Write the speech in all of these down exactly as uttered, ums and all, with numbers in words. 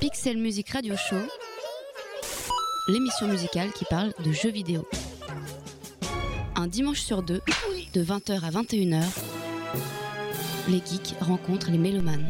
Pixel Music Radio Show, l'émission musicale qui parle de jeux vidéo. Un dimanche sur deux, de vingt heures à vingt et une heures, les geeks rencontrent les mélomanes.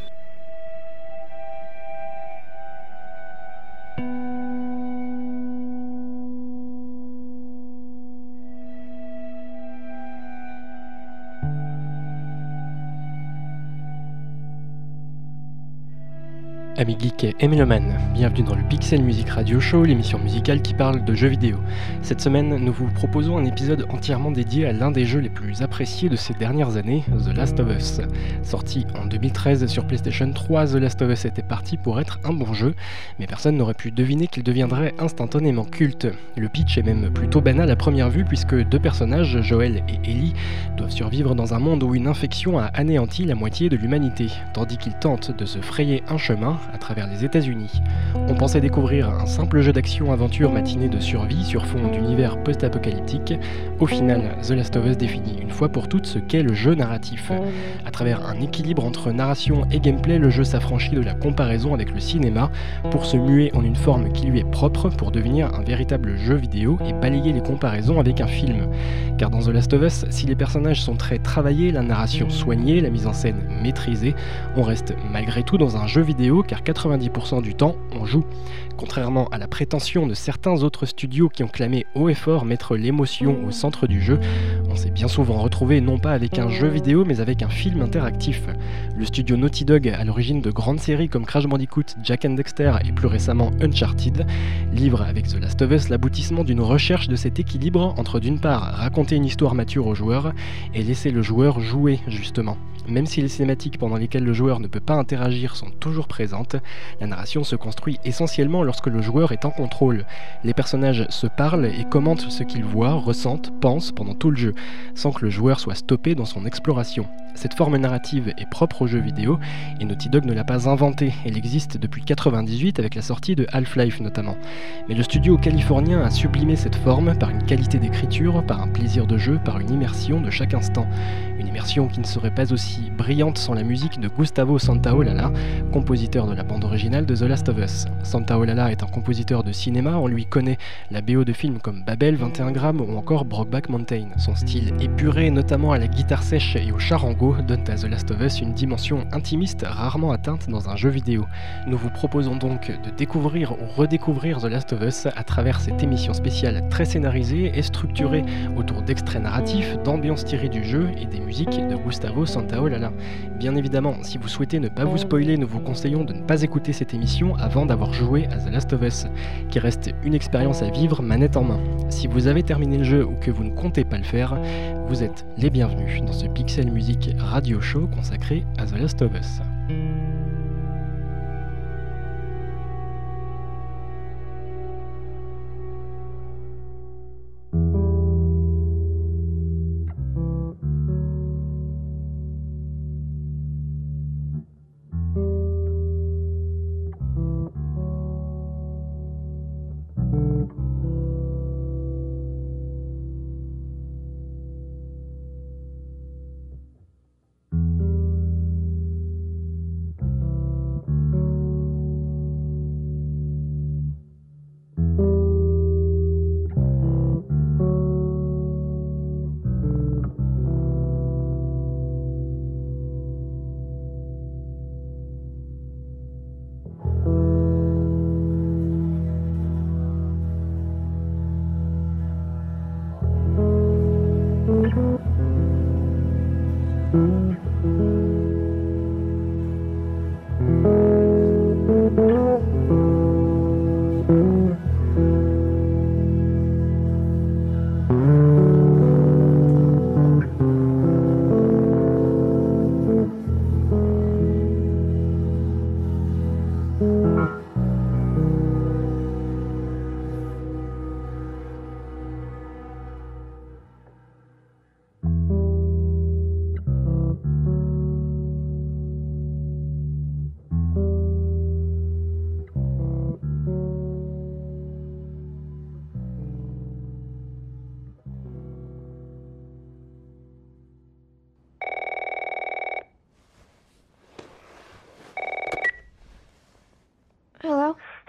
Amis geeks et mélomanes, bienvenue dans le Pixel Music Radio Show, l'émission musicale qui parle de jeux vidéo. Cette semaine, nous vous proposons un épisode entièrement dédié à l'un des jeux les plus appréciés de ces dernières années, The Last of Us. Sorti en deux mille treize sur PlayStation trois, The Last of Us était parti pour être un bon jeu, mais personne n'aurait pu deviner qu'il deviendrait instantanément culte. Le pitch est même plutôt banal à première vue puisque deux personnages, Joel et Ellie, doivent survivre dans un monde où une infection a anéanti la moitié de l'humanité, tandis qu'ils tentent de se frayer un chemin à travers les États-Unis. On pensait découvrir un simple jeu d'action-aventure matiné de survie sur fond d'univers post-apocalyptique. Au final, The Last of Us définit une fois pour toutes ce qu'est le jeu narratif. À travers un équilibre entre narration et gameplay, le jeu s'affranchit de la comparaison avec le cinéma pour se muer en une forme qui lui est propre pour devenir un véritable jeu vidéo et balayer les comparaisons avec un film. Car dans The Last of Us, si les personnages sont très travaillés, la narration soignée, la mise en scène maîtrisée, on reste malgré tout dans un jeu vidéo car quatre-vingt-dix pour cent du temps, on joue. Contrairement à la prétention de certains autres studios qui ont clamé haut et fort mettre l'émotion au centre du jeu, on s'est bien souvent retrouvé non pas avec un jeu vidéo mais avec un film interactif. Le studio Naughty Dog, à l'origine de grandes séries comme Crash Bandicoot, Jak and Daxter et plus récemment Uncharted, livre avec The Last of Us l'aboutissement d'une recherche de cet équilibre entre d'une part raconter une histoire mature au joueur et laisser le joueur jouer justement. Même si les cinématiques pendant lesquelles le joueur ne peut pas interagir sont toujours présentes, la narration se construit essentiellement lorsque le joueur est en contrôle. Les personnages se parlent et commentent ce qu'ils voient, ressentent, pensent pendant tout le jeu, sans que le joueur soit stoppé dans son exploration. Cette forme narrative est propre aux jeux vidéo et Naughty Dog ne l'a pas inventée, elle existe depuis quatre-vingt-dix-huit avec la sortie de Half-Life notamment. Mais le studio californien a sublimé cette forme par une qualité d'écriture, par un plaisir de jeu, par une immersion de chaque instant. Une immersion qui ne serait pas aussi brillante sans la musique de Gustavo Santaolalla, compositeur de la bande originale de The Last of Us. Santaolalla est un compositeur de cinéma, on lui connaît la B O de films comme Babel, vingt et un grammes ou encore Brokeback Mountain. Son style épuré, notamment à la guitare sèche et au charango, donne à The Last of Us une dimension intimiste rarement atteinte dans un jeu vidéo. Nous vous proposons donc de découvrir ou redécouvrir The Last of Us à travers cette émission spéciale très scénarisée et structurée autour d'extraits narratifs, d'ambiances tirées du jeu et des musiques de Gustavo Santaolalla. Bien évidemment, si vous souhaitez ne pas vous spoiler, nous vous conseillons de ne pas écouter cette émission avant d'avoir joué à The Last of Us, qui reste une expérience à vivre manette en main. Si vous avez terminé le jeu ou que vous ne comptez pas le faire, vous êtes les bienvenus dans ce Pixel Music Radio Show consacré à The Last of Us.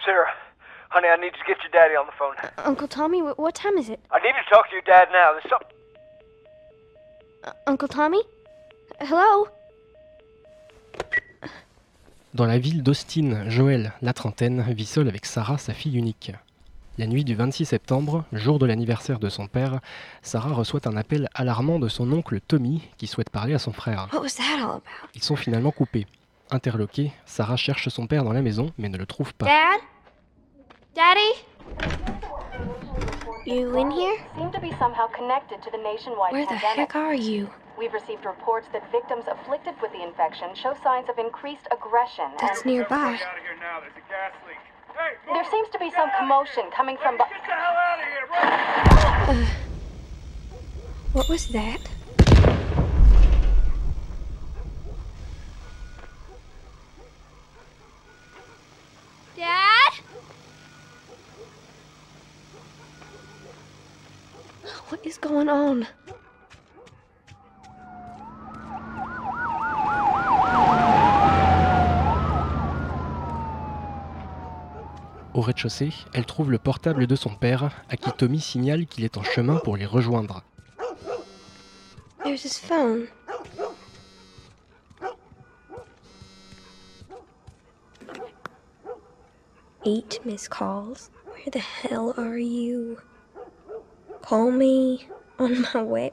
Sarah, honey, I need to get your daddy on the phone. Uh, Uncle Tommy, wh- what time is it? I need to talk to your dad now. There's something... Uh, Uncle Tommy? Hello? Dans la ville d'Austin, Joel, la trentaine, vit seul avec Sarah, sa fille unique. La nuit du vingt-six septembre, jour de l'anniversaire de son père, Sarah reçoit un appel alarmant de son oncle Tommy qui souhaite parler à son frère. What was that all about? Ils sont finalement coupés. Interloquée, Sarah cherche son père dans la maison mais ne le trouve pas. Dad? Daddy? You in here? Seem to be somehow connected to the nationwide Where the pandemic. heck are you? We've received reports that victims afflicted with the infection show signs of increased aggression. That's and nearby. Get out of here now. There's a gas leak. Hey, there seems to be some commotion coming from. get the hell out of here, right? Uh, what was that? Dad? What is going on? Au rez-de-chaussée, elle trouve le portable de son père, à qui Tommy signale qu'il est en chemin pour les rejoindre. There's his phone. Eight missed calls. Where the hell are you? Call me on my way.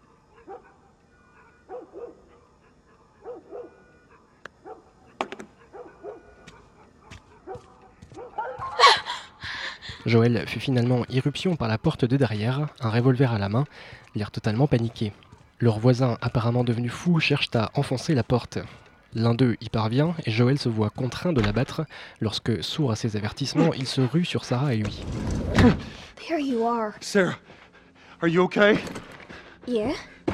Joel fut finalement irruption par la porte de derrière, un revolver à la main, l'air totalement paniqué. Leurs voisins, apparemment devenus fous, cherchent à enfoncer la porte. L'un d'eux y parvient et Joel se voit contraint de l'abattre lorsque, sourd à ses avertissements, il se rue sur Sarah et lui. There you are. Sarah, are you okay? Yeah?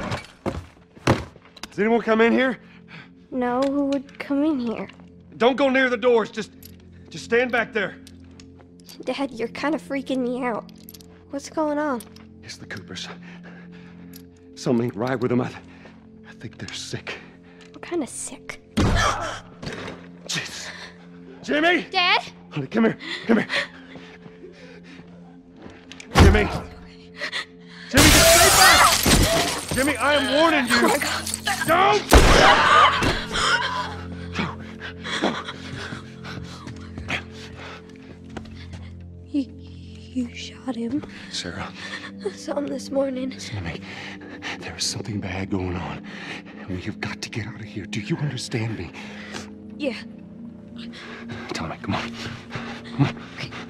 Does anyone come in here? No, who would come in here? Don't go near the doors. Just, just stand back there. Dad, you're kind of freaking me out. What's going on? It's the Coopers. Something ain't right with them. I, th- I think they're sick. I'm kind of sick. Jesus. Jimmy! Dad? Honey, come here. Come here. Jimmy! Jimmy, just stay back! Jimmy, I am warning you! Don't! You, you shot him. Sarah, I saw him this morning. listen to me. There is something bad going on. And we have got to get out of here. Do you understand me? Yeah. Tell me, come on. Come on.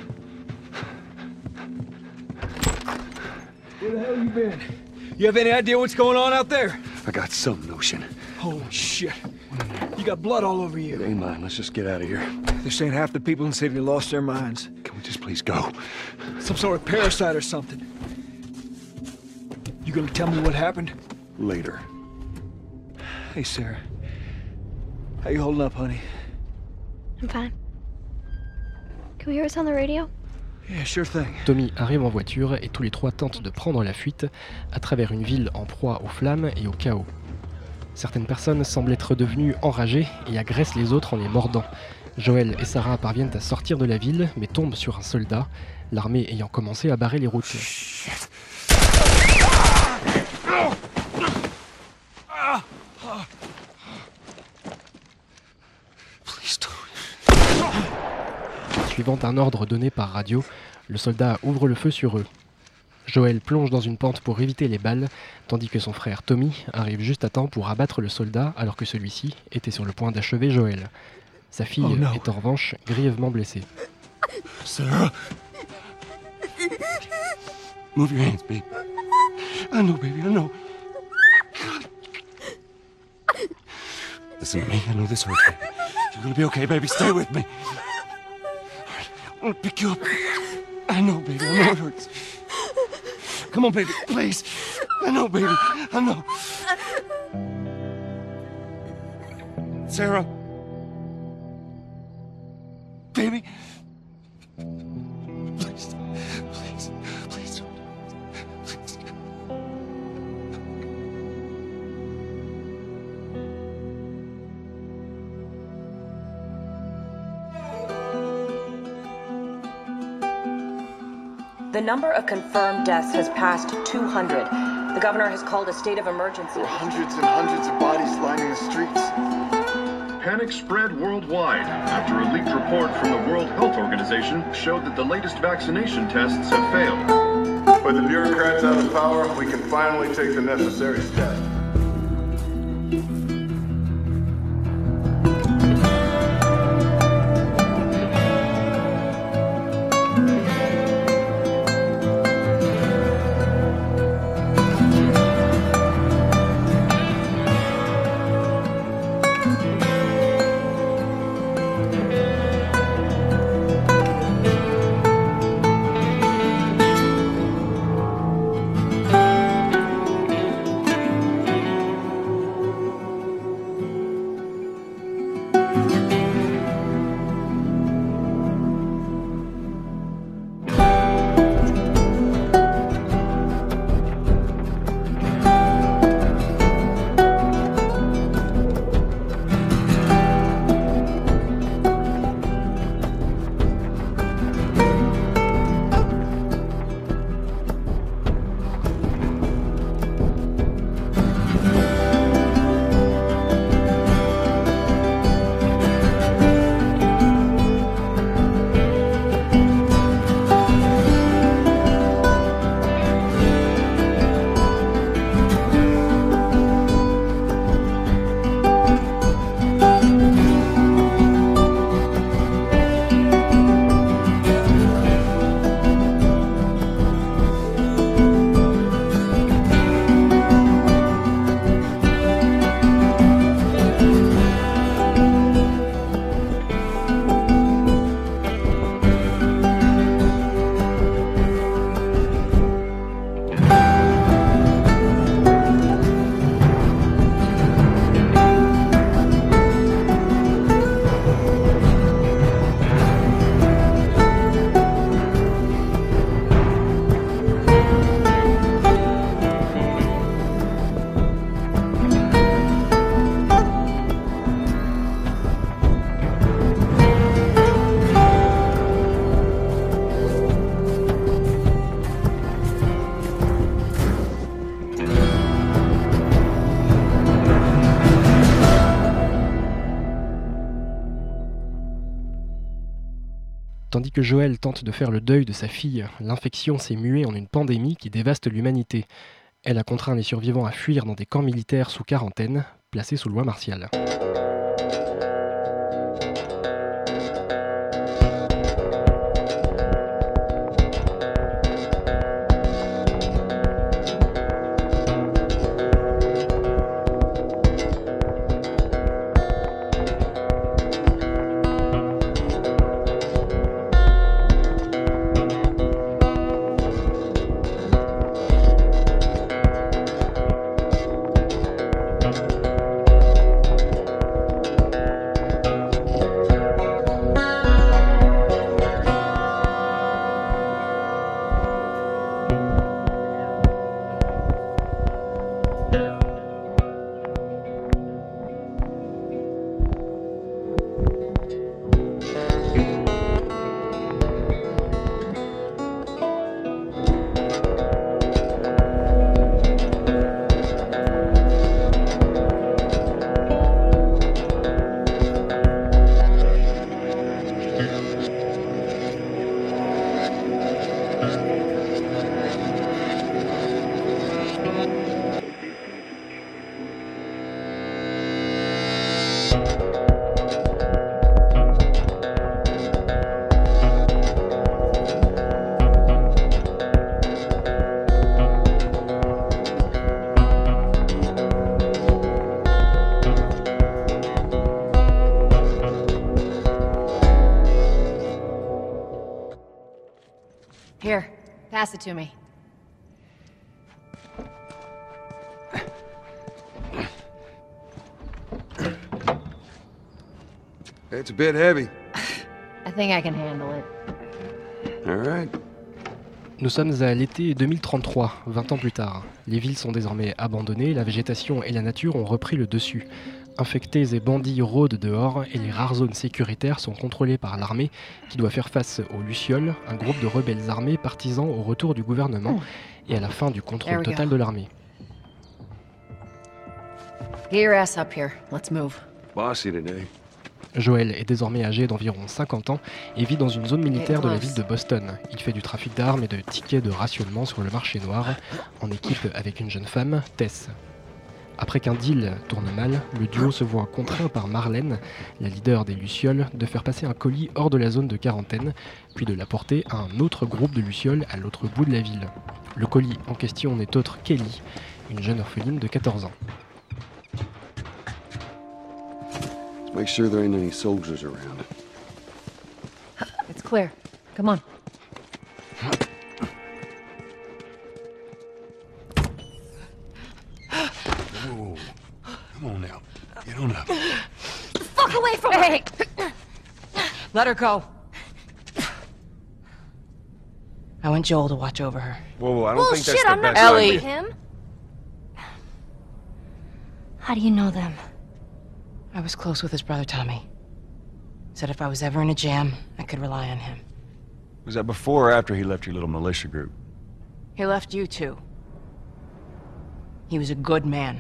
Where the hell you been? You have any idea what's going on out there? I got some notion. Holy shit. You got blood all over It you. ain't mine. Let's just get out of here. This ain't half the people in the city lost their minds. Can we just please go? Some sort of parasite or something. You gonna tell me what happened? Later. Hey, Sarah. How you holding up, honey? I'm fine. Can we hear us on the radio? Yeah, sure thing. Tommy arrive en voiture et tous les trois tentent de prendre la fuite à travers une ville en proie aux flammes et au chaos. Certaines personnes semblent être devenues enragées et agressent les autres en les mordant. Joel et Sarah parviennent à sortir de la ville mais tombent sur un soldat, l'armée ayant commencé à barrer les routes. Suivant un ordre donné par radio, le soldat ouvre le feu sur eux. Joel plonge dans une pente pour éviter les balles, tandis que son frère Tommy arrive juste à temps pour abattre le soldat alors que celui-ci était sur le point d'achever Joel. Sa fille Oh no. est en revanche grièvement blessée. Sarah! Move your hands, babe. I know, baby, I know. Listen to me, I know this hurts, baby. You're gonna be okay, baby. Stay with me. All right, I'm gonna pick you up. I know, baby, I know it hurts. Come on, baby, please. I know, baby, I know. Sarah. Baby. Please, please, please. Please. The number of confirmed deaths has passed two hundred. The governor has called a state of emergency. There are hundreds and hundreds of bodies lining the streets. Panic spread worldwide after a leaked report from the World Health Organization showed that the latest vaccination tests have failed. With the bureaucrats out of power, we can finally take the necessary steps. Tandis que Joël tente de faire le deuil de sa fille, l'infection s'est muée en une pandémie qui dévaste l'humanité. Elle a contraint les survivants à fuir dans des camps militaires sous quarantaine, placés sous loi martiale. Here, pass it to me. It's a bit heavy. I think I can handle it. All right. Nous sommes à l'été deux mille trente-trois, vingt ans plus tard. Les villes sont désormais abandonnées, la végétation et la nature ont repris le dessus. Infectés et bandits rôdent dehors et les rares zones sécuritaires sont contrôlées par l'armée qui doit faire face aux Lucioles, un groupe de rebelles armés partisans au retour du gouvernement et à la fin du contrôle total de l'armée. Get your ass up here. Let's move. Bossy today. Joel est désormais âgé d'environ cinquante ans et vit dans une zone militaire de la ville de Boston. Il fait du trafic d'armes et de tickets de rationnement sur le marché noir, en équipe avec une jeune femme, Tess. Après qu'un deal tourne mal, le duo se voit contraint par Marlène, la leader des Lucioles, de faire passer un colis hors de la zone de quarantaine, puis de l'apporter à un autre groupe de Lucioles à l'autre bout de la ville. Le colis en question n'est autre qu'Ellie, une jeune orpheline de quatorze ans. Make sure there ain't any soldiers around. It's clear. Come on. Whoa. Come on now. Get on up. Fuck away from her! Hey! Let her go. I want Joel to watch over her. Whoa, whoa, I don't Bullshit, think that's the I'm not best Ellie. idea. with him. How do you know them? I was close with his brother Tommy. Said if I was ever in a jam, I could rely on him. Was that before or after he left your little militia group? He left you too. He was a good man.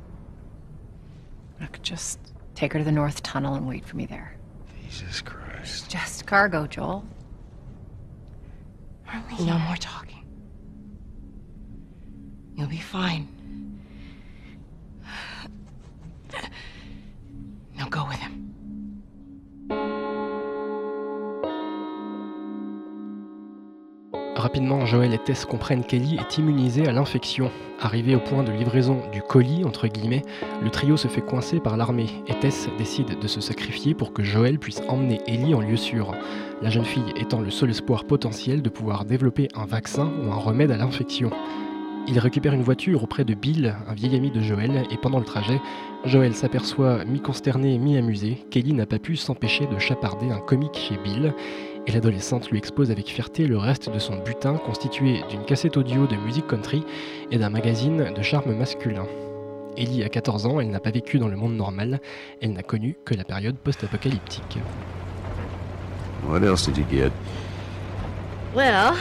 Look, just take her to the North Tunnel and wait for me there. Jesus Christ. Just cargo, Joel. No more talking. You'll be fine. Now go with him. Rapidement, Joel et Tess comprennent qu'Ellie est immunisée à l'infection. Arrivé au point de livraison du colis, entre guillemets, le trio se fait coincer par l'armée et Tess décide de se sacrifier pour que Joel puisse emmener Ellie en lieu sûr, la jeune fille étant le seul espoir potentiel de pouvoir développer un vaccin ou un remède à l'infection. Il récupère une voiture auprès de Bill, un vieil ami de Joel, et pendant le trajet, Joel s'aperçoit, mi-consterné, mi-amusé, qu'Ellie n'a pas pu s'empêcher de chaparder un comique chez Bill, et l'adolescente lui expose avec fierté le reste de son butin constitué d'une cassette audio de musique country et d'un magazine de charme masculin. Ellie a quatorze ans, elle n'a pas vécu dans le monde normal, elle n'a connu que la période post-apocalyptique. What else did you get? Well,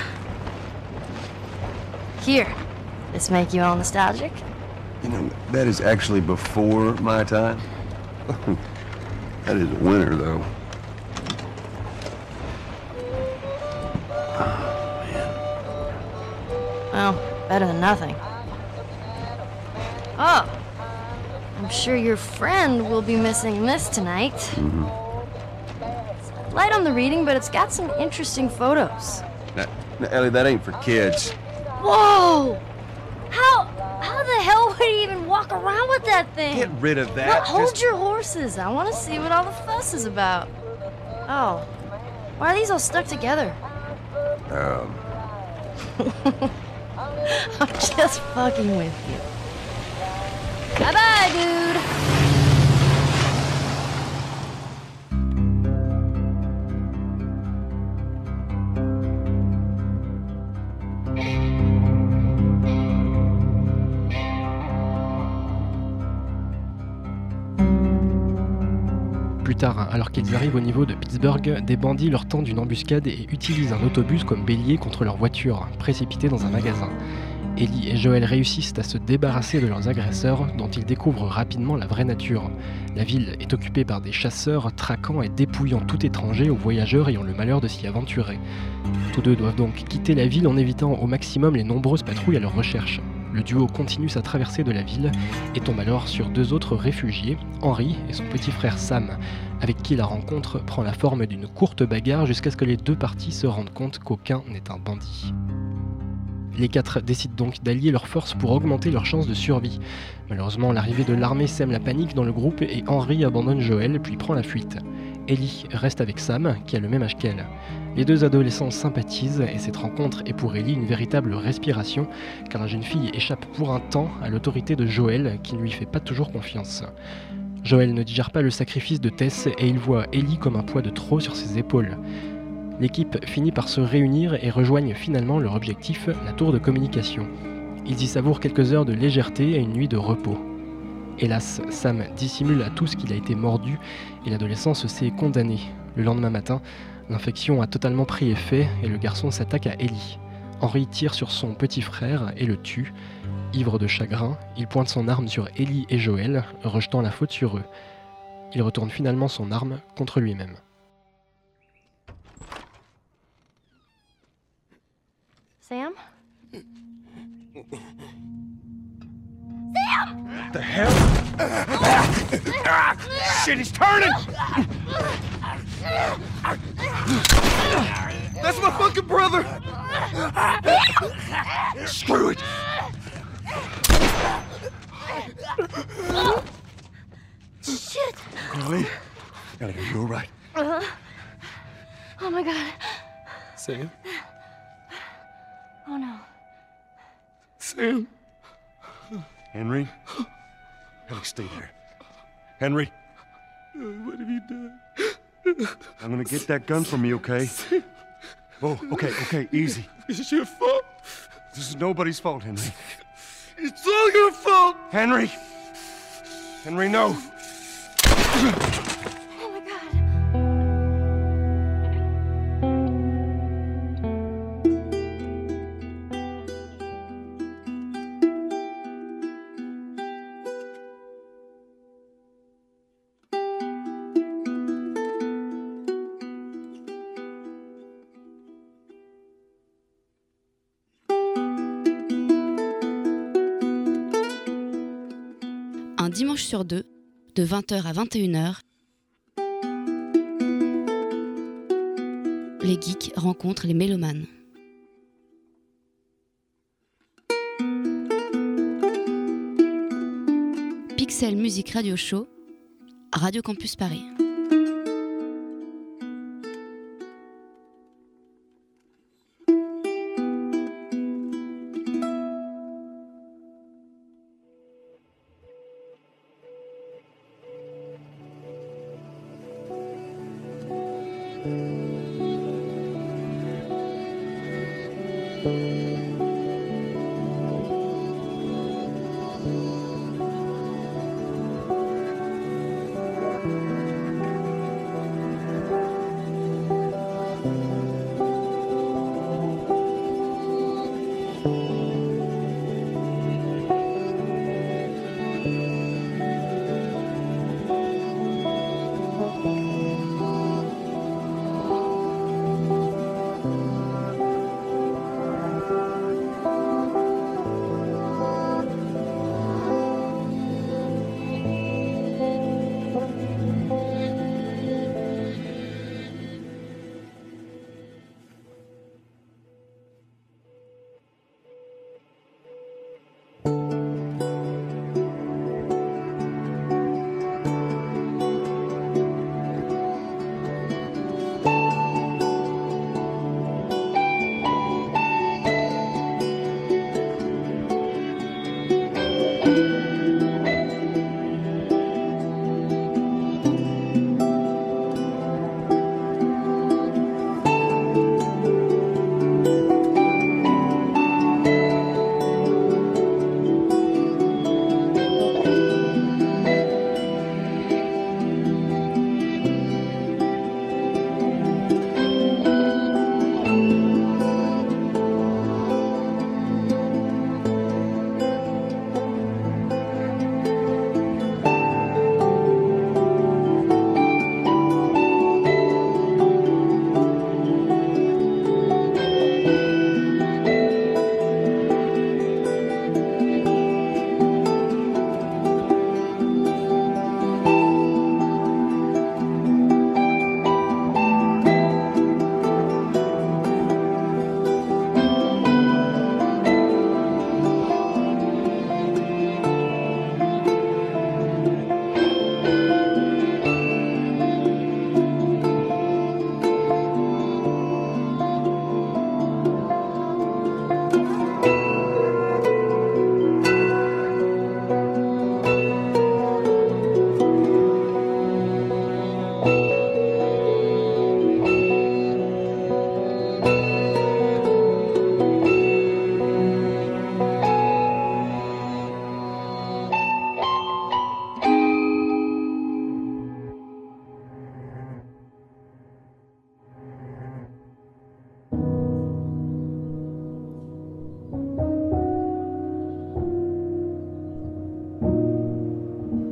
here. This make you all nostalgic? You know, that is actually before my time. That is a winner, though. Oh, man. Well, better than nothing. Oh, I'm sure your friend will be missing this tonight. Mm-hmm. It's light on the reading, but it's got some interesting photos. Now, now, Ellie, that ain't for kids. Whoa! How how the hell would he even walk around with that thing? Get rid of that. Well, hold Just- your horses. I want to see what all the fuss is about. Oh, why are these all stuck together? Um, I'm just fucking with you. Bye bye, dude. Plus tard, alors qu'ils arrivent au niveau de Pittsburgh, des bandits leur tendent une embuscade et utilisent un autobus comme bélier contre leur voiture, précipitée dans un magasin. Ellie et Joel réussissent à se débarrasser de leurs agresseurs, dont ils découvrent rapidement la vraie nature. La ville est occupée par des chasseurs, traquant et dépouillant tout étranger aux voyageurs ayant le malheur de s'y aventurer. Tous deux doivent donc quitter la ville en évitant au maximum les nombreuses patrouilles à leur recherche. Le duo continue sa traversée de la ville et tombe alors sur deux autres réfugiés, Henry et son petit frère Sam, avec qui la rencontre prend la forme d'une courte bagarre jusqu'à ce que les deux parties se rendent compte qu'aucun n'est un bandit. Les quatre décident donc d'allier leurs forces pour augmenter leurs chances de survie. Malheureusement, l'arrivée de l'armée sème la panique dans le groupe et Henry abandonne Joel puis prend la fuite. Ellie reste avec Sam, qui a le même âge qu'elle. Les deux adolescents sympathisent et cette rencontre est pour Ellie une véritable respiration, car la jeune fille échappe pour un temps à l'autorité de Joel, qui ne lui fait pas toujours confiance. Joel ne digère pas le sacrifice de Tess et il voit Ellie comme un poids de trop sur ses épaules. L'équipe finit par se réunir et rejoignent finalement leur objectif, la tour de communication. Ils y savourent quelques heures de légèreté et une nuit de repos. Hélas, Sam dissimule à tous qu'il a été mordu et l'adolescent se sait condamné. Le lendemain matin, l'infection a totalement pris effet et le garçon s'attaque à Ellie. Henry tire sur son petit frère et le tue. Ivre de chagrin, il pointe son arme sur Ellie et Joel, rejetant la faute sur eux. Il retourne finalement son arme contre lui-même. Sam? Sam! What the hell? Ah, shit, he's turning! That's my fucking brother! Screw it! Shit! Ellie? Ellie, are you alright? Uh-huh. Oh my god. Sam? Oh no. Sam? Henry? Ellie, stay there. Henry? What have you done? I'm gonna get that gun from you, okay? Oh, okay, okay, easy. This is your fault. This is nobody's fault, Henry. It's all your fault. Henry! Henry, no! Oh my god. Un dimanche sur deux, de vingt heures à vingt et une heures, les geeks rencontrent les mélomanes. Pixel Music Radio Show, Radio Campus Paris.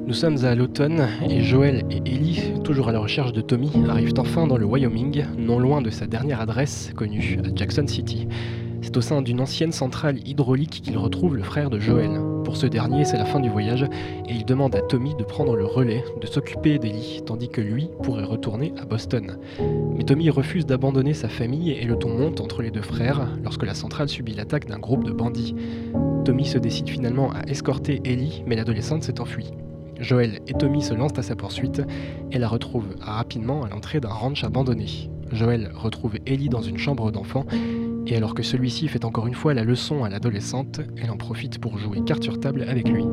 Nous sommes à l'automne et Joel et Ellie, toujours à la recherche de Tommy, arrivent enfin dans le Wyoming, non loin de sa dernière adresse, connue à Jackson City. C'est au sein d'une ancienne centrale hydraulique qu'ils retrouvent le frère de Joel. Pour ce dernier, c'est la fin du voyage et il demande à Tommy de prendre le relais, de s'occuper d'Ellie, tandis que lui pourrait retourner à Boston. Mais Tommy refuse d'abandonner sa famille et le ton monte entre les deux frères lorsque la centrale subit l'attaque d'un groupe de bandits. Tommy se décide finalement à escorter Ellie, mais l'adolescente s'est enfuie. Joel et Tommy se lancent à sa poursuite et la retrouvent rapidement à l'entrée d'un ranch abandonné. Joel retrouve Ellie dans une chambre d'enfant et alors que celui-ci fait encore une fois la leçon à l'adolescente, elle en profite pour jouer carte sur table avec lui.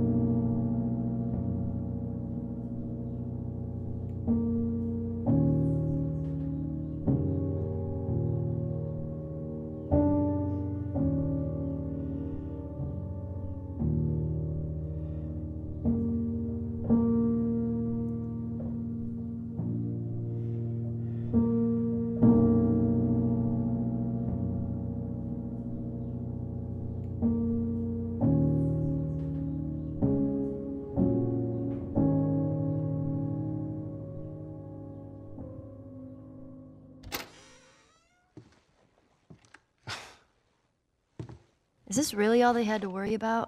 Is this really all they had to worry about?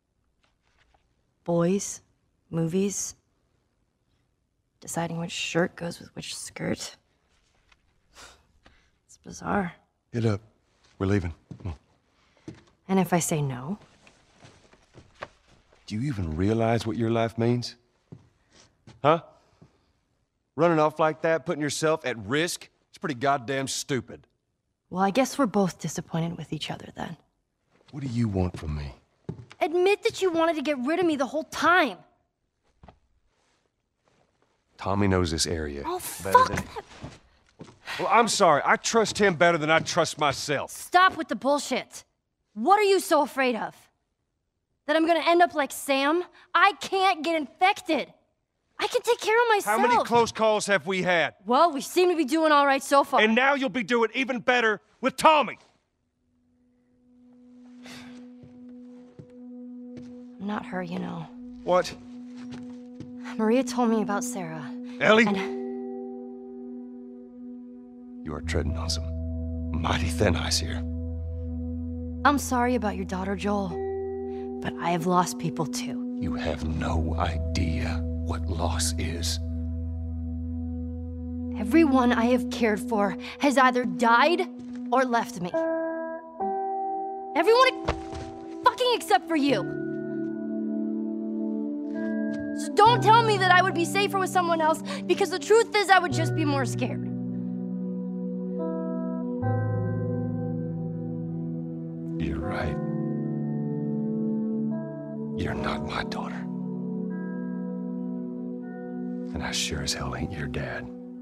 Boys, movies, deciding which shirt goes with which skirt. It's bizarre. Get up. We're leaving. Come on. And if I say no? Do you even realize what your life means? Huh? Running off like that, putting yourself at risk? It's pretty goddamn stupid. Well, I guess we're both disappointed with each other then. What do you want from me? Admit that you wanted to get rid of me the whole time. Tommy knows this area. Oh, better fuck than... that. Well, I'm sorry. I trust him better than I trust myself. Stop with the bullshit. What are you so afraid of? That I'm gonna end up like Sam? I can't get infected. I can take care of myself. How many close calls have we had? Well, we seem to be doing all right so far. And now you'll be doing even better with Tommy. I'm not her, you know. What? Maria told me about Sarah. Ellie? And... You are treading on some mighty thin ice here. I'm sorry about your daughter, Joel. But I have lost people too. You have no idea what loss is. Everyone I have cared for has either died or left me. Everyone fucking except for you. So don't tell me that I would be safer with someone else, because the truth is I would just be more scared. You're right. You're not my daughter. And I sure as hell ain't your dad.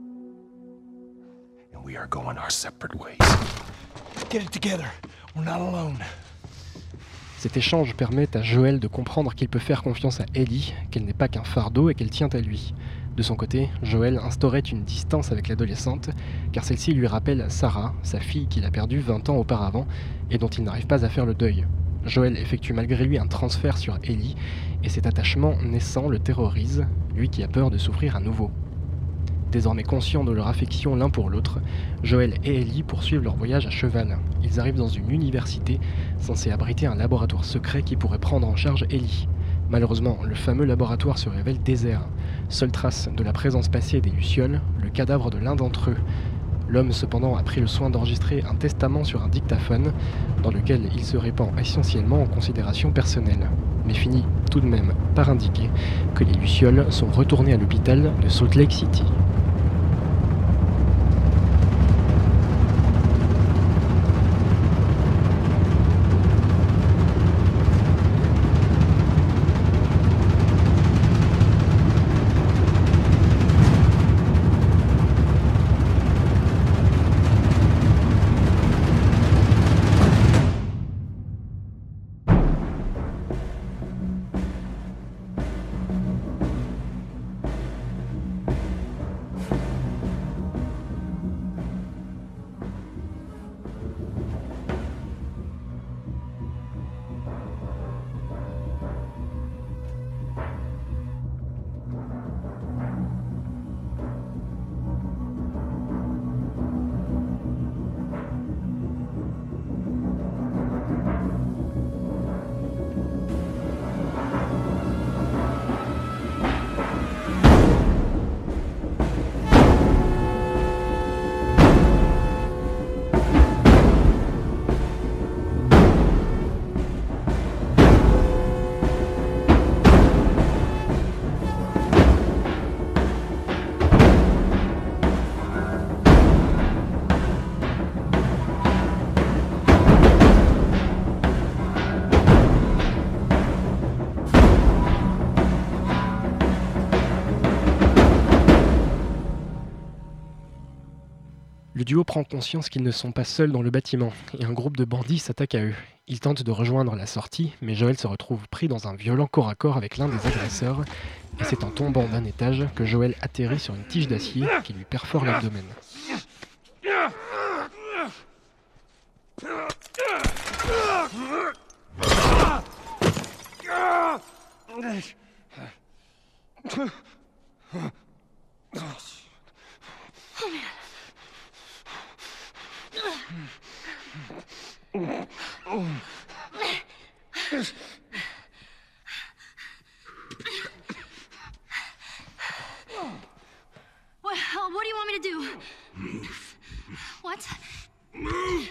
And we are going our separate ways. Get it together. We're not alone. Cet échange permet à Joel de comprendre qu'il peut faire confiance à Ellie, qu'elle n'est pas qu'un fardeau et qu'elle tient à lui. De son côté, Joel instaurait une distance avec l'adolescente, car celle-ci lui rappelle Sarah, sa fille qu'il a perdue vingt ans auparavant et dont il n'arrive pas à faire le deuil. Joel effectue malgré lui un transfert sur Ellie, et cet attachement naissant le terrorise, lui qui a peur de souffrir à nouveau. Désormais conscients de leur affection l'un pour l'autre, Joel et Ellie poursuivent leur voyage à cheval. Ils arrivent dans une université censée abriter un laboratoire secret qui pourrait prendre en charge Ellie. Malheureusement, le fameux laboratoire se révèle désert. Seule trace de la présence passée des Lucioles, le cadavre de l'un d'entre eux. L'homme cependant a pris le soin d'enregistrer un testament sur un dictaphone dans lequel il se répand essentiellement en considérations personnelles, mais finit tout de même par indiquer que les Lucioles sont retournées à l'hôpital de Salt Lake City. duo prend conscience qu'ils ne sont pas seuls dans le bâtiment, et un groupe de bandits s'attaque à eux. Ils tentent de rejoindre la sortie, mais Joel se retrouve pris dans un violent corps à corps avec l'un des agresseurs, et c'est en tombant d'un étage que Joel atterrit sur une tige d'acier qui lui perfore l'abdomen. What, what do you want me to do? Move. What? Move.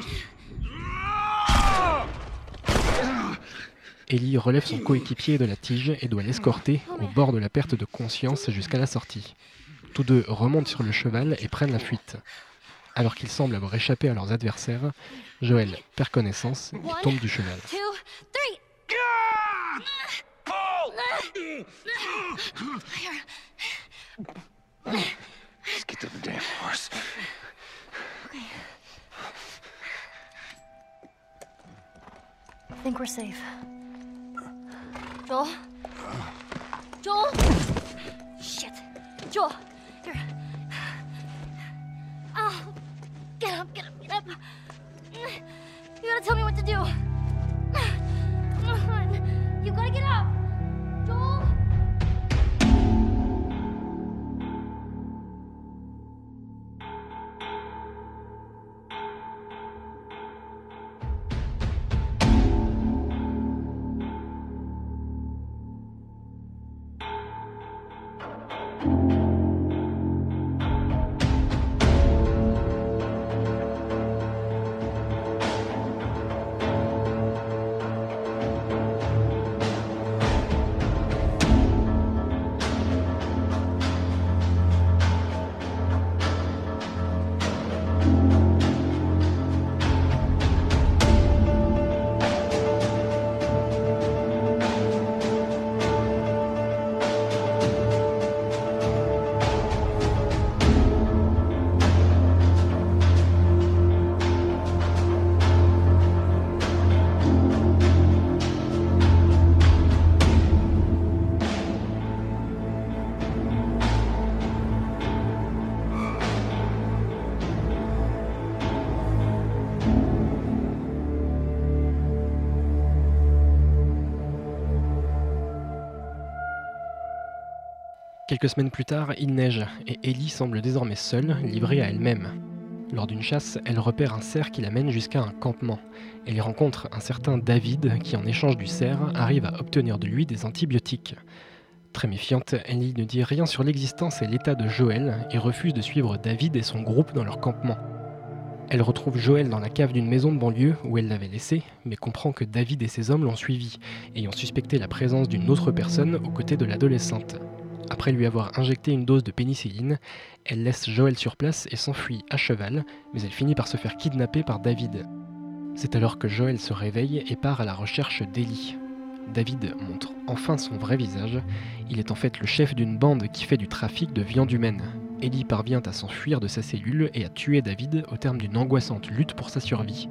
Ellie relève son coéquipier de la tige et doit l'escorter au bord de la perte de conscience jusqu'à la sortie. Tous deux remontent sur le cheval et prennent la fuite. Alors qu'ils semblent avoir échappé à leurs adversaires, Joel perd connaissance et tombe du cheval. Two, three. Let's get to the damn horse. Okay. I think we're safe. Joel? Joel? Shit. Joel, here. Oh, get up, get up, get up. You gotta tell me what to do. Come on. You gotta get up. Joel? Quelques semaines plus tard, il neige et Ellie semble désormais seule, livrée à elle-même. Lors d'une chasse, elle repère un cerf qui l'amène jusqu'à un campement. Elle y rencontre un certain David qui, en échange du cerf, arrive à obtenir de lui des antibiotiques. Très méfiante, Ellie ne dit rien sur l'existence et l'état de Joel et refuse de suivre David et son groupe dans leur campement. Elle retrouve Joel dans la cave d'une maison de banlieue où elle l'avait laissé, mais comprend que David et ses hommes l'ont suivi, ayant suspecté la présence d'une autre personne aux côtés de l'adolescente. Après lui avoir injecté une dose de pénicilline, elle laisse Joel sur place et s'enfuit à cheval, mais elle finit par se faire kidnapper par David. C'est alors que Joel se réveille et part à la recherche d'Ellie. David montre enfin son vrai visage. Il est en fait le chef d'une bande qui fait du trafic de viande humaine. Ellie parvient à s'enfuir de sa cellule et à tuer David au terme d'une angoissante lutte pour sa survie.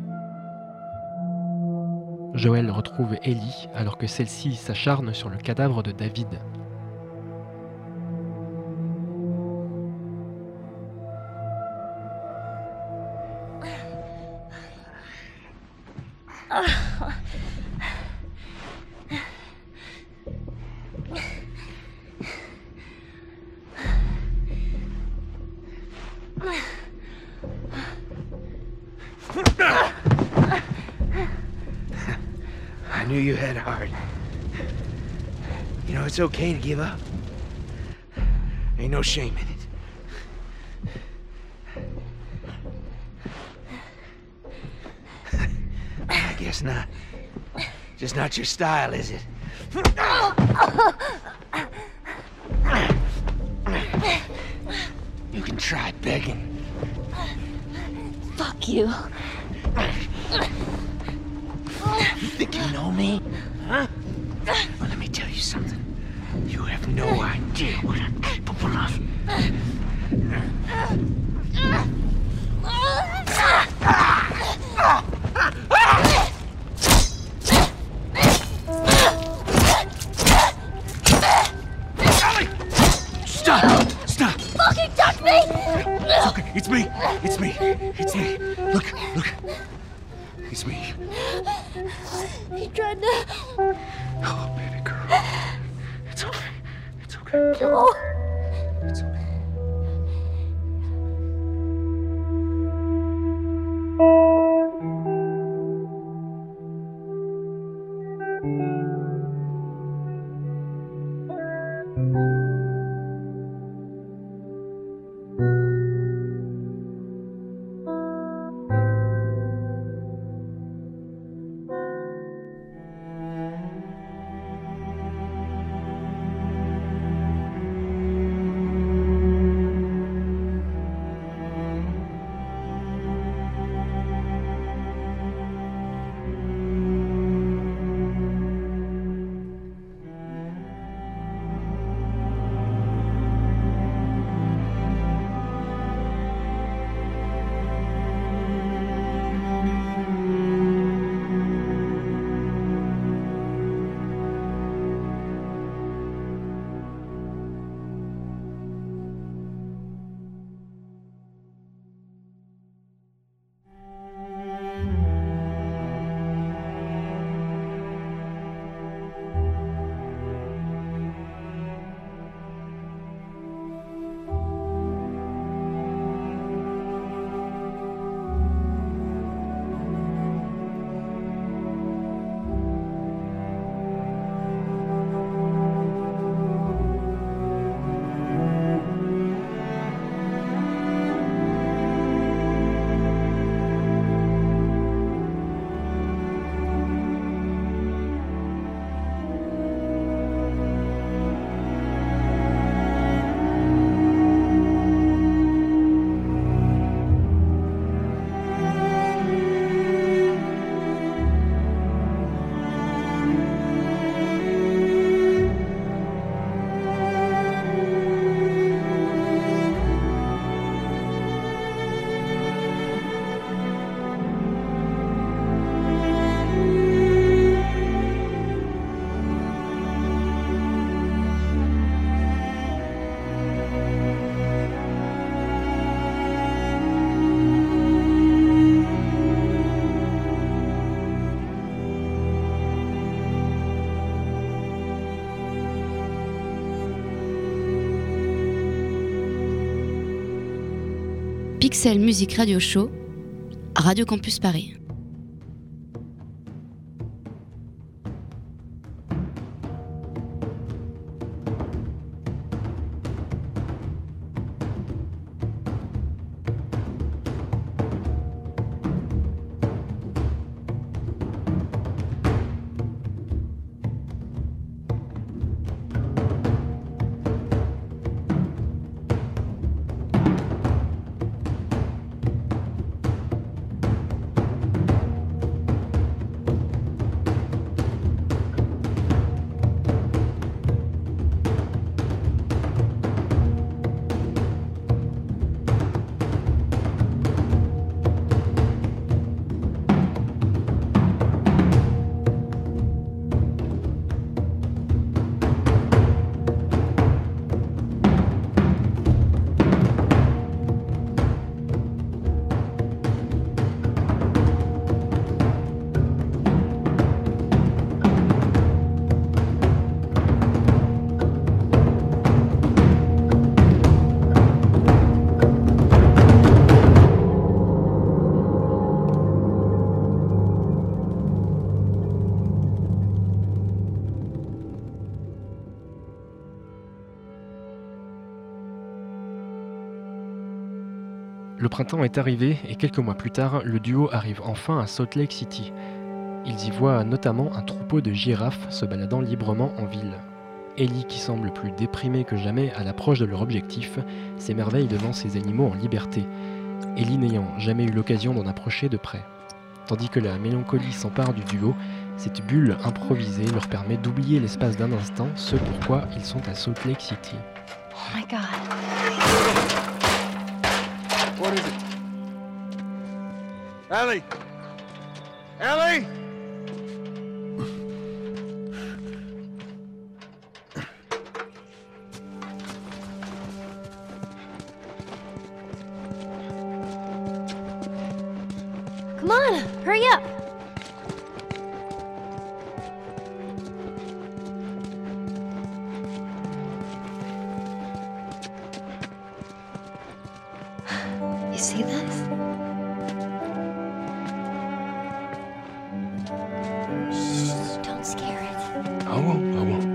Joel retrouve Ellie alors que celle-ci s'acharne sur le cadavre de David. I knew you had heart. You know, it's okay to give up. Ain't no shame in it. I guess not. Just not your style, is it? You can try begging. Fuck you. You think you know me? Huh? Well, let me tell you something. You have no idea what I'm capable of. It's me! It's me! It's me! Look, look! It's me. He tried to... Oh, baby girl. It's okay. It's okay. Joel. It's okay. Pixel Music Radio Show, Radio Campus Paris. Le printemps est arrivé et quelques mois plus tard, le duo arrive enfin à Salt Lake City. Ils y voient notamment un troupeau de girafes se baladant librement en ville. Ellie, qui semble plus déprimée que jamais à l'approche de leur objectif, s'émerveille devant ces animaux en liberté, Ellie n'ayant jamais eu l'occasion d'en approcher de près. Tandis que la mélancolie s'empare du duo, cette bulle improvisée leur permet d'oublier l'espace d'un instant ce pourquoi ils sont à Salt Lake City. Oh my god. What is it? Ellie! Ellie! Come on, hurry up! You see this? Shh, don't scare it. I won't, I won't.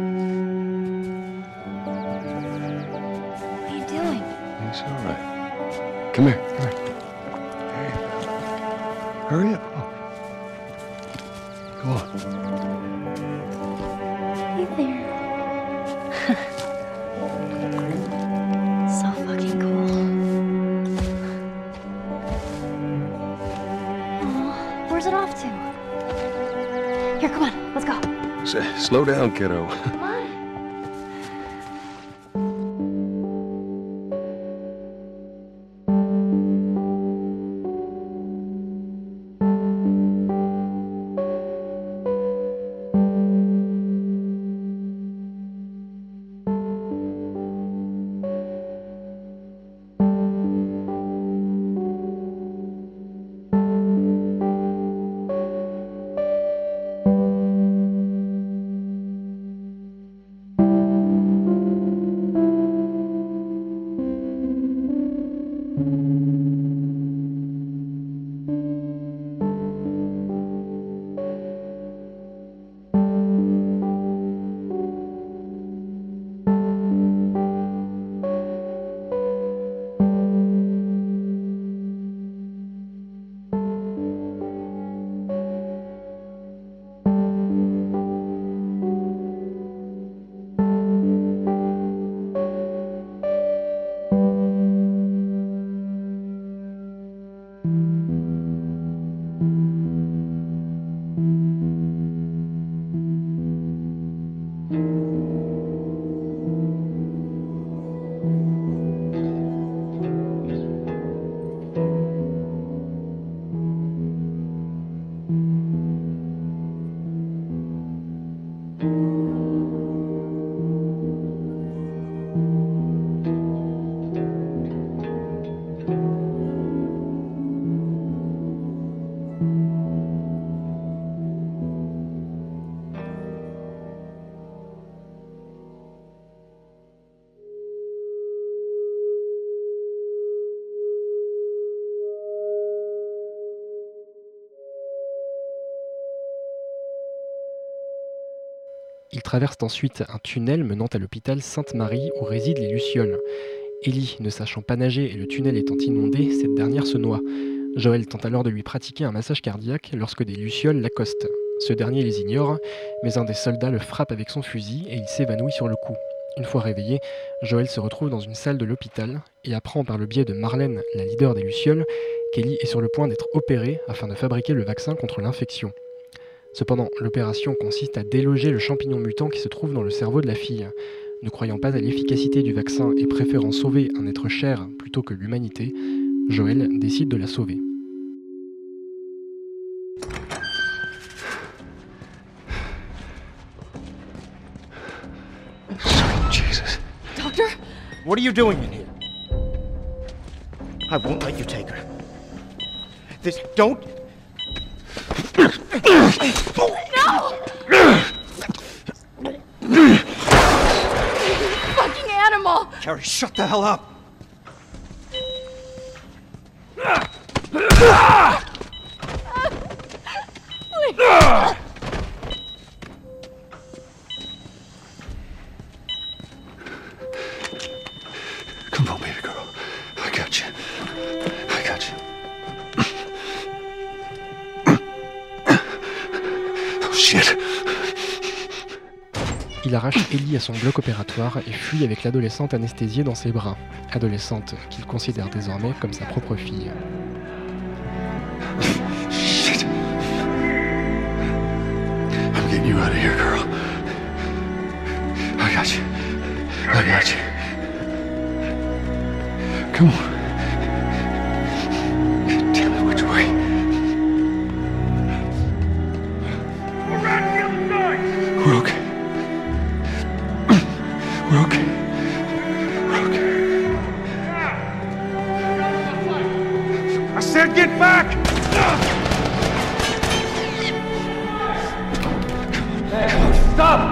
What are you doing? It's all right. Come here, come here. Hey. Hurry up. Go on. Hey there. So fucking cool. Aw, where's it off to? Here, come on, let's go. S- slow down, kiddo. Come on. Ils traversent ensuite un tunnel menant à l'hôpital Sainte-Marie où résident les Lucioles. Ellie, ne sachant pas nager et le tunnel étant inondé, cette dernière se noie. Joël tente alors de lui pratiquer un massage cardiaque lorsque des Lucioles l'accostent. Ce dernier les ignore, mais un des soldats le frappe avec son fusil et il s'évanouit sur le coup. Une fois réveillé, Joël se retrouve dans une salle de l'hôpital et apprend par le biais de Marlène, la leader des Lucioles, qu'Ellie est sur le point d'être opérée afin de fabriquer le vaccin contre l'infection. Cependant, l'opération consiste à déloger le champignon mutant qui se trouve dans le cerveau de la fille. Ne croyant pas à l'efficacité du vaccin et préférant sauver un être cher plutôt que l'humanité, Joël décide de la sauver. Sweet Jesus. Doctor? What are you doing in here? I won't let you take her. This, don't... No! Fucking animal! Carrie, shut the hell up! Come on, baby girl. I got you. I got you. Oh shit. Il arrache Ellie à son bloc opératoire et fuit avec l'adolescente anesthésiée dans ses bras. Adolescente qu'il considère désormais comme sa propre fille. Shit. I'm getting you out of here, girl. I got you. I got you. Come on. God damn it, which way? We're back to the other side! We're okay. We're okay. We're okay. I said get back! Stop!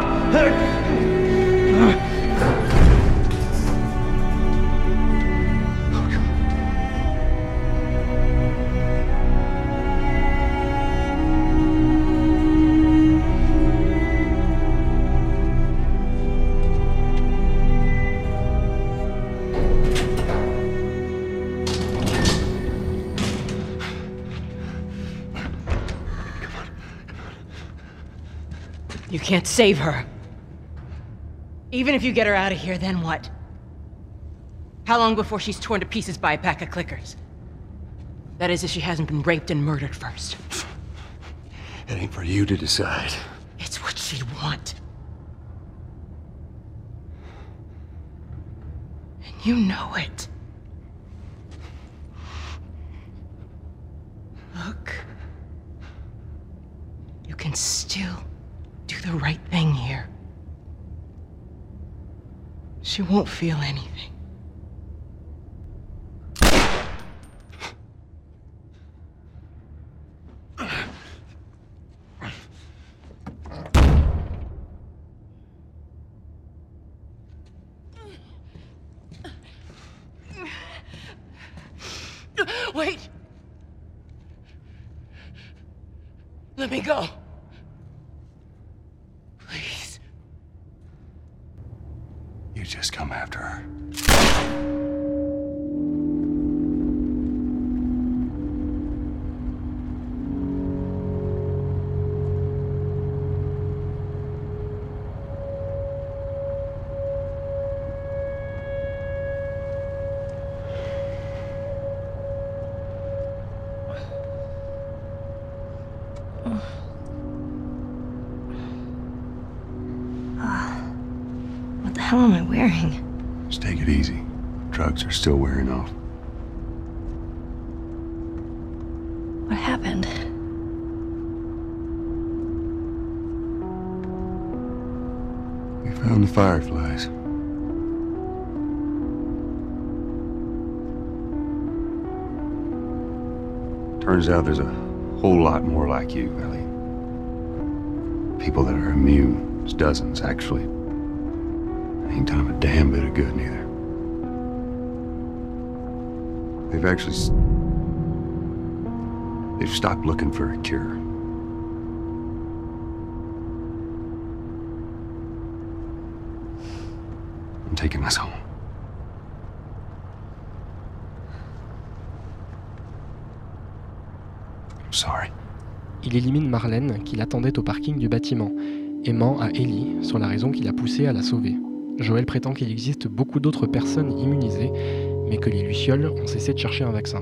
You can't save her. Even if you get her out of here, then what? How long before she's torn to pieces by a pack of clickers? That is, if she hasn't been raped and murdered first. It ain't for you to decide. It's what she'd want. And you know it. Look. You can still do the right thing here. She won't feel anything. Wait! Let me go. Please. You just come after her. What the hell am I wearing? Just take it easy. Drugs are still wearing off. What happened? We found the fireflies. Turns out there's a whole lot more like you, Ellie. People that are immune. There's dozens, actually. Ain't done them a damn bit of good, neither. They've actually... s- They've stopped looking for a cure. I'm taking us home. I'm sorry. Il élimine Marlène, qui l'attendait au parking du bâtiment, et ment à Ellie sur la raison qui l'a poussé à la sauver. Joël prétend qu'il existe beaucoup d'autres personnes immunisées, mais que les Lucioles ont cessé de chercher un vaccin.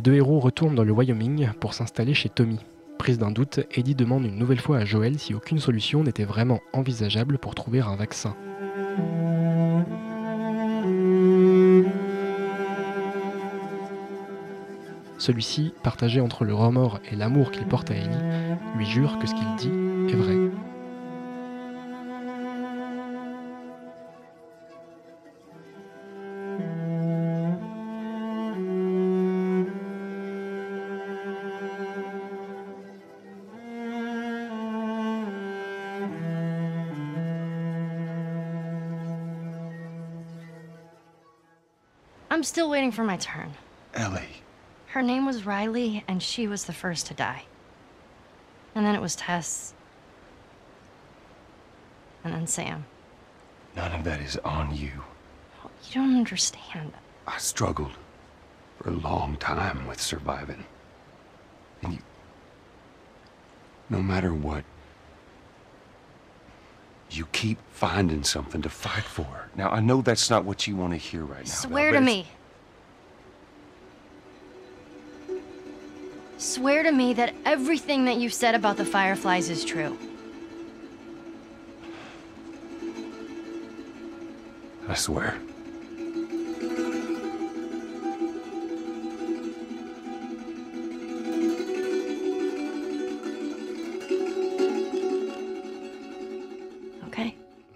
deux héros retournent dans le Wyoming pour s'installer chez Tommy. Prise d'un doute, Eddie demande une nouvelle fois à Joel si aucune solution n'était vraiment envisageable pour trouver un vaccin. Celui-ci, partagé entre le remords et l'amour qu'il porte à Ellie, lui jure que ce qu'il dit est vrai. I'm still waiting for my turn. Ellie. Her name was Riley, and she was the first to die. And then it was Tess. And then Sam. None of that is on you. You don't understand. I struggled for a long time with surviving. And you... No matter what, you keep finding something to fight for. Now, I know that's not what you want to hear right now. Swear to me. Swear to me that everything that you've said about the Fireflies is true. I swear. Okay.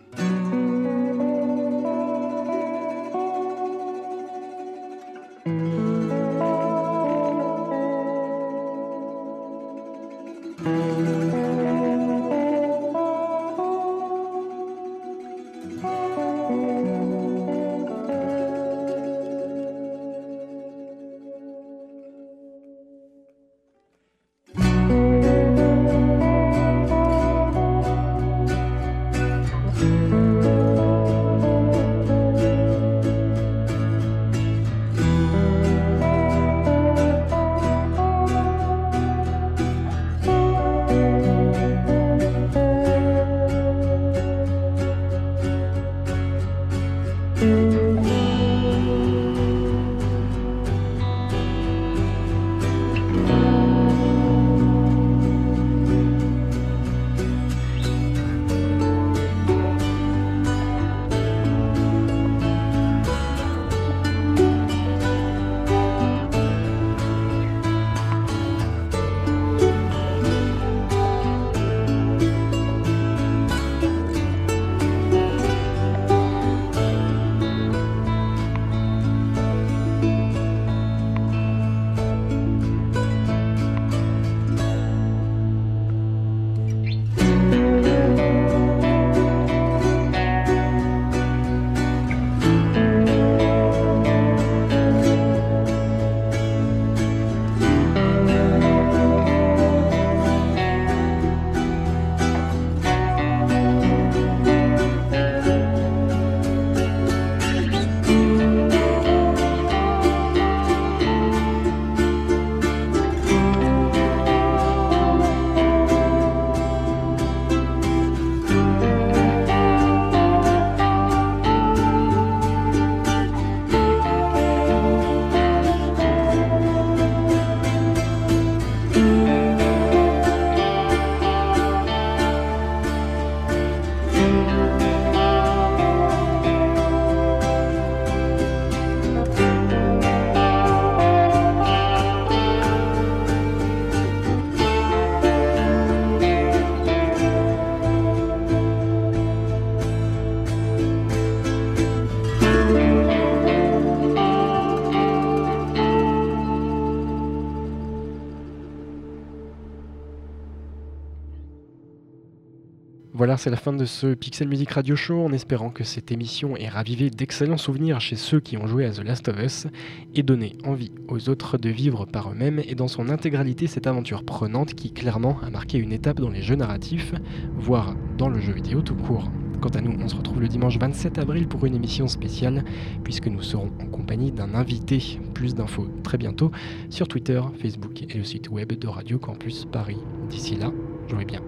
Voilà, c'est la fin de ce Pixel Music Radio Show, en espérant que cette émission ait ravivé d'excellents souvenirs chez ceux qui ont joué à The Last of Us et donné envie aux autres de vivre par eux-mêmes et dans son intégralité cette aventure prenante qui clairement a marqué une étape dans les jeux narratifs, voire dans le jeu vidéo tout court. Quant à nous, on se retrouve le dimanche vingt-sept avril pour une émission spéciale, puisque nous serons en compagnie d'un invité. Plus d'infos très bientôt sur Twitter, Facebook et le site web de Radio Campus Paris. D'ici là, jouez bien.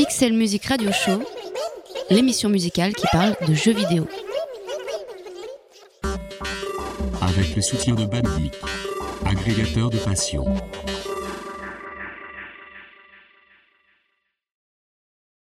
Pixel Music Radio Show, l'émission musicale qui parle de jeux vidéo. Avec le soutien de Bandic, agrégateur de passion.